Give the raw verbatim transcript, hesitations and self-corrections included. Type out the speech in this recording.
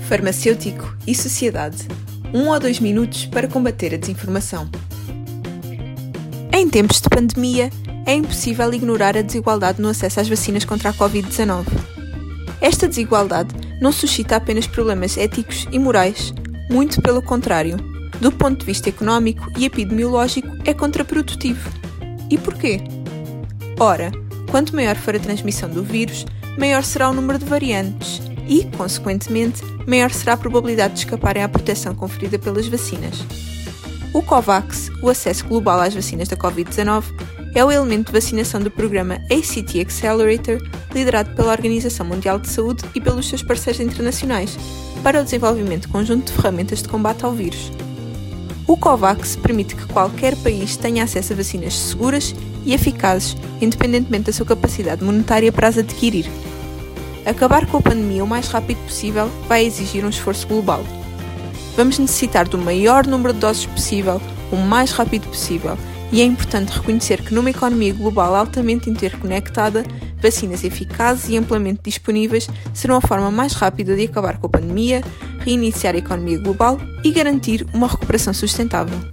farmacêutico e sociedade. Um ou dois minutos para combater a desinformação. Em tempos de pandemia, é impossível ignorar a desigualdade no acesso às vacinas contra a covid dezanove. Esta desigualdade não suscita apenas problemas éticos e morais, muito pelo contrário. Do ponto de vista económico e epidemiológico, é contraprodutivo. E porquê? Ora, quanto maior for a transmissão do vírus, maior será o número de variantes e, consequentemente, maior será a probabilidade de escaparem à proteção conferida pelas vacinas. O COVAX, o acesso global às vacinas da covid dezanove, é o elemento de vacinação do programa A C T Accelerator, liderado pela Organização Mundial de Saúde e pelos seus parceiros internacionais, para o desenvolvimento conjunto de ferramentas de combate ao vírus. O COVAX permite que qualquer país tenha acesso a vacinas seguras e eficazes, independentemente da sua capacidade monetária para as adquirir. Acabar com a pandemia o mais rápido possível vai exigir um esforço global. Vamos necessitar do maior número de doses possível, o mais rápido possível, e é importante reconhecer que numa economia global altamente interconectada, vacinas eficazes e amplamente disponíveis serão a forma mais rápida de acabar com a pandemia, reiniciar a economia global e garantir uma recuperação sustentável.